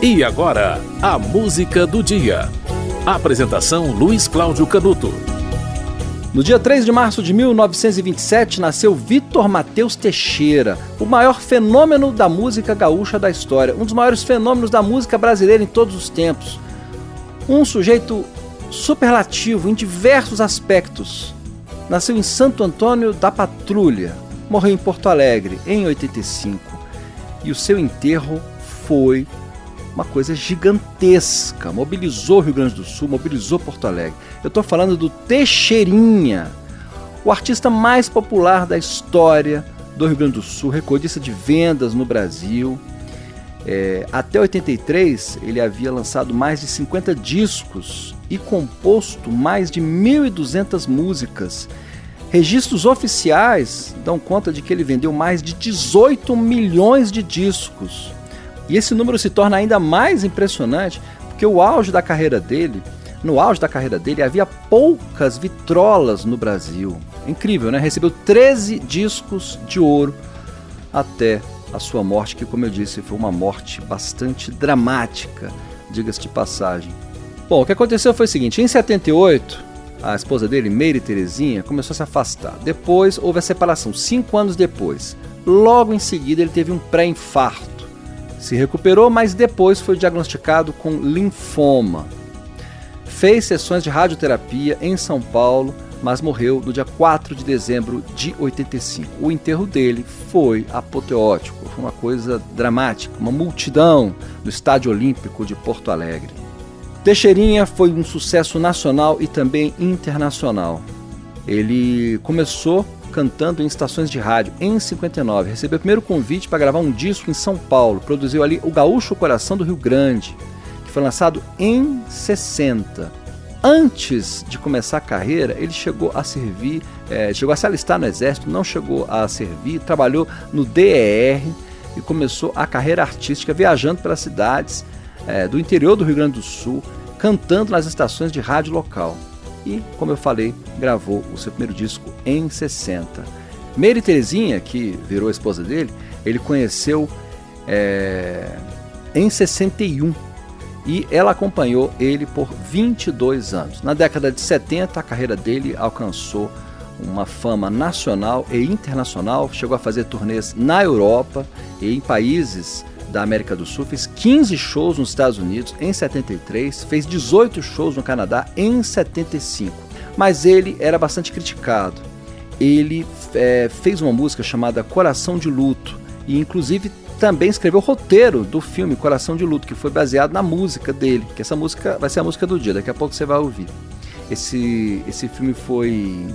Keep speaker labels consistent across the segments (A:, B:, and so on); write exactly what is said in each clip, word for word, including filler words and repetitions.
A: E agora, a música do dia. Apresentação Luiz Cláudio Canuto.
B: No dia três de março de mil novecentos e vinte e sete, nasceu Vitor Matheus Teixeira, o maior fenômeno da música gaúcha da história, um dos maiores fenômenos da música brasileira em todos os tempos. Um sujeito superlativo em diversos aspectos. Nasceu em Santo Antônio da Patrulha, morreu em Porto Alegre em oitenta e cinco, e o seu enterro foi uma coisa gigantesca, mobilizou o Rio Grande do Sul, mobilizou Porto Alegre. Eu estou falando do Teixeirinha, o artista mais popular da história do Rio Grande do Sul, recordista de vendas no Brasil. É, até oitenta e três ele havia lançado mais de cinquenta discos e composto mais de mil e duzentas músicas. Registros oficiais dão conta de que ele vendeu mais de dezoito milhões de discos. E esse número se torna ainda mais impressionante porque o auge da carreira dele, no auge da carreira dele havia poucas vitrolas no Brasil. Incrível, né? Recebeu treze discos de ouro até a sua morte, que, como eu disse, foi uma morte bastante dramática, diga-se de passagem. Bom, o que aconteceu foi o seguinte: em setenta e oito, a esposa dele, Meire Terezinha, começou a se afastar. Depois houve a separação, cinco anos depois. Logo em seguida ele teve um pré-infarto. Se recuperou, mas depois foi diagnosticado com linfoma. Fez sessões de radioterapia em São Paulo, mas morreu no dia quatro de dezembro de oitenta e cinco. O enterro dele foi apoteótico, foi uma coisa dramática, uma multidão no Estádio Olímpico de Porto Alegre. Teixeirinha foi um sucesso nacional e também internacional. Ele começou cantando em estações de rádio em cinquenta e nove, recebeu o primeiro convite para gravar um disco em São Paulo, produziu ali o Gaúcho Coração do Rio Grande, que foi lançado em sessenta. Antes de começar a carreira, ele chegou a servir, é, chegou a se alistar no Exército, não chegou a servir, trabalhou no D E R e começou a carreira artística viajando pelas cidades é, do interior do Rio Grande do Sul, cantando nas estações de rádio local. E, como eu falei, gravou o seu primeiro disco em sessenta. Meire Terezinha, que virou a esposa dele, ele conheceu é, em sessenta e um e ela acompanhou ele por vinte e dois anos. Na década de setenta, a carreira dele alcançou uma fama nacional e internacional, chegou a fazer turnês na Europa e em países da América do Sul, fez quinze shows nos Estados Unidos em setenta e três, fez dezoito shows no Canadá em setenta e cinco, mas ele era bastante criticado. Ele é, fez uma música chamada Coração de Luto e inclusive também escreveu o roteiro do filme Coração de Luto, que foi baseado na música dele, que essa música vai ser a música do dia, daqui a pouco você vai ouvir. Esse, esse filme foi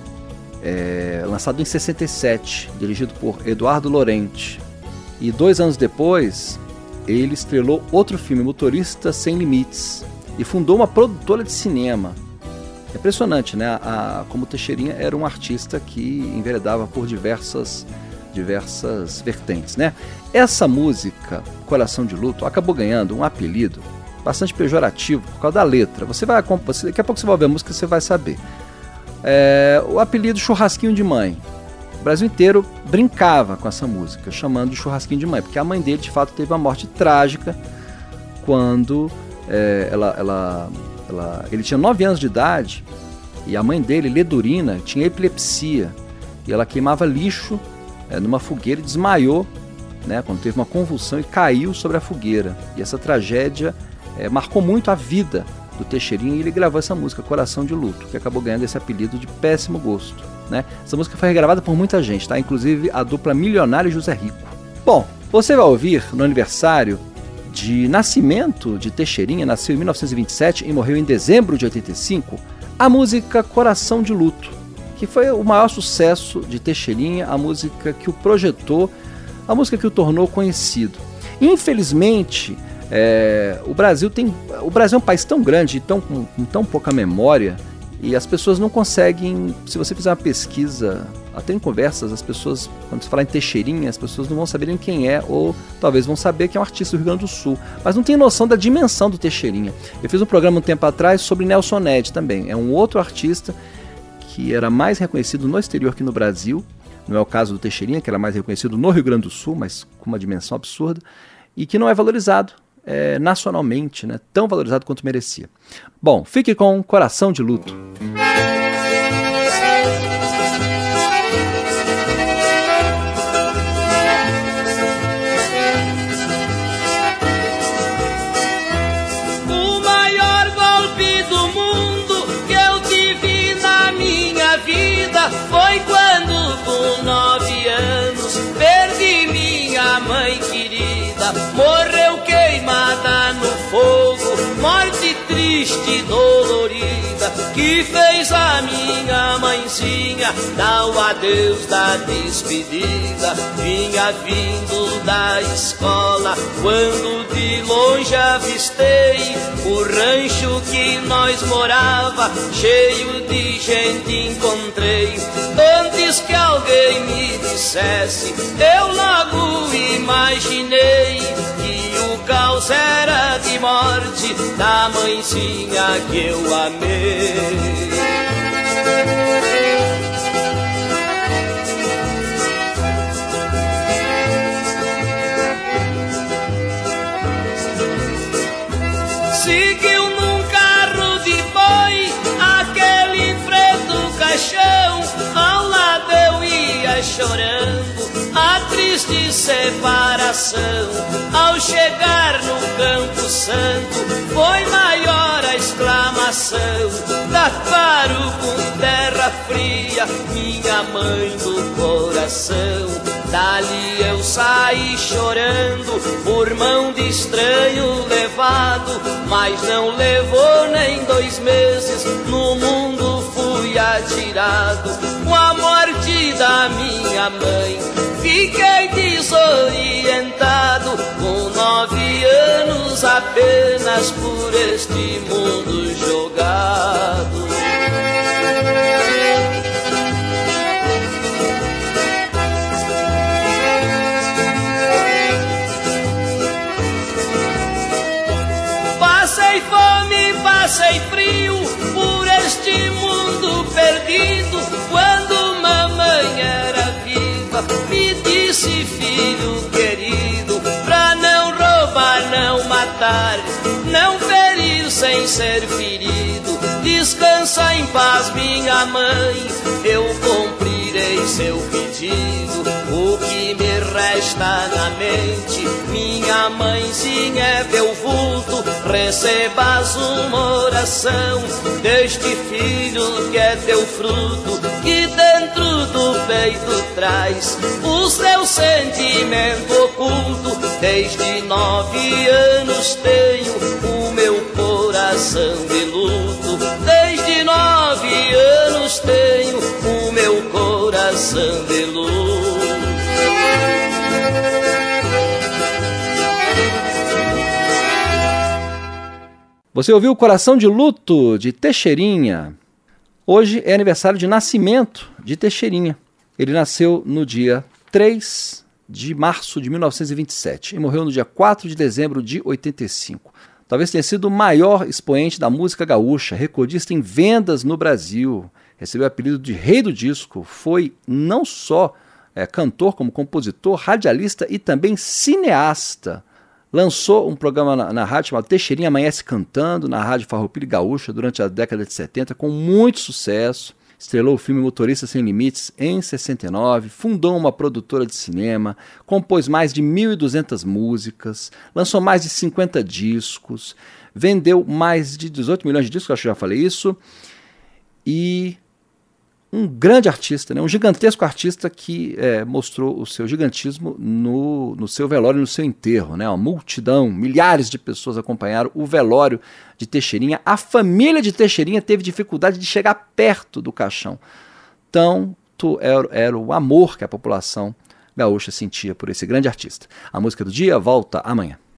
B: é, lançado em sessenta e sete, dirigido por Eduardo Lorente. E dois anos depois, ele estrelou outro filme, Motorista Sem Limites, e fundou uma produtora de cinema. É impressionante, né? A, como Teixeirinha era um artista que enveredava por diversas, diversas vertentes, né? Essa música, Coração de Luto, acabou ganhando um apelido bastante pejorativo por causa da letra. Você vai, você, daqui a pouco você vai ouvir a música e você vai saber. É, o apelido Churrasquinho de Mãe. O Brasil inteiro brincava com essa música, chamando de Churrasquinho de Mãe, porque a mãe dele, de fato, teve uma morte trágica quando é, ela, ela, ela, ele tinha nove anos de idade e a mãe dele, Ledurina, tinha epilepsia e ela queimava lixo é, numa fogueira e desmaiou, né, quando teve uma convulsão e caiu sobre a fogueira. E essa tragédia é, marcou muito a vida do Teixeirinha e ele gravou essa música, Coração de Luto, que acabou ganhando esse apelido de péssimo gosto, né? Essa música foi regravada por muita gente, tá? Inclusive a dupla Milionário e José Rico. Bom, você vai ouvir no aniversário de nascimento de Teixeirinha, nasceu em mil novecentos e vinte e sete e morreu em dezembro de oitenta e cinco, a música Coração de Luto, que foi o maior sucesso de Teixeirinha, a música que o projetou, a música que o tornou conhecido. Infelizmente, É, o Brasil tem, o Brasil é um país tão grande e tão, com, com tão pouca memória, e as pessoas não conseguem, se você fizer uma pesquisa, até em conversas, as pessoas, quando você falar em Teixeirinha, as pessoas não vão saber quem é, ou talvez vão saber que é um artista do Rio Grande do Sul, mas não tem noção da dimensão do Teixeirinha. Eu fiz um programa um tempo atrás sobre Nelson Ned também, é um outro artista que era mais reconhecido no exterior que no Brasil, não é o caso do Teixeirinha, que era mais reconhecido no Rio Grande do Sul, mas com uma dimensão absurda, e que não é valorizado é, nacionalmente, né, tão valorizado quanto merecia. Bom, fique com Coração de Luto.
C: Foi quando com nove anos perdi minha mãe querida. Morreu queimada no fogo, morte triste e dolorida, que fez a minha mãezinha dar o adeus da despedida. Vinha vindo da escola quando de longe avistei o rancho que nós morava, cheio de gente encontrei. Antes que alguém me dissesse, eu logo imaginei que o caos era de morte da mãezinha que eu amei. Seguiu num carro de boi aquele freio caixão, ao lado eu ia chorando a triste separação. Ao chegar no Campo Santo foi maior a exclamação: dá paro com terra fria, minha mãe do coração. Dali eu saí chorando, por mão de estranho levado, mas não levou nem dois meses, no mundo fui atirado. Com a morte da minha mãe fiquei desorientado, com nove anos apenas por este mundo jogado. Passei fome, passei frio por este mundo perdido. Quando mamãe era viva me disse: filho querido, pra não roubar, não matar, não ferir sem ser ferido, descansa em paz minha mãe, eu cumprirei seu pedido. O que me resta na mente, minha mãezinha, é teu vulto, recebas uma oração deste filho que é teu fruto, que dentro do peito traz o seu sentimento oculto. Desde nove anos tenho o meu coração de luto, desde nove anos tenho o meu coração de luto.
B: Você ouviu Coração de Luto, de Teixeirinha. Hoje é aniversário de nascimento de Teixeirinha. Ele nasceu no dia três de março de mil novecentos e vinte e sete e morreu no dia quatro de dezembro de oitenta e cinco. Talvez tenha sido o maior expoente da música gaúcha, recordista em vendas no Brasil. Recebeu o apelido de Rei do Disco. Foi não só é, cantor, como compositor, radialista e também cineasta. Lançou um programa na, na rádio chamado Teixeirinha Amanhece Cantando, na Rádio Farroupilha Gaúcha, durante a década de setenta, com muito sucesso. Estrelou o filme Motorista Sem Limites em sessenta e nove, fundou uma produtora de cinema, compôs mais de mil e duzentas músicas, lançou mais de cinquenta discos, vendeu mais de dezoito milhões de discos, acho que já falei isso, e um grande artista, né? Um gigantesco artista que é, mostrou o seu gigantismo no, no seu velório e no seu enterro. Né? Uma multidão, milhares de pessoas acompanharam o velório de Teixeirinha. A família de Teixeirinha teve dificuldade de chegar perto do caixão. Tanto era, era o amor que a população gaúcha sentia por esse grande artista. A música do dia volta amanhã.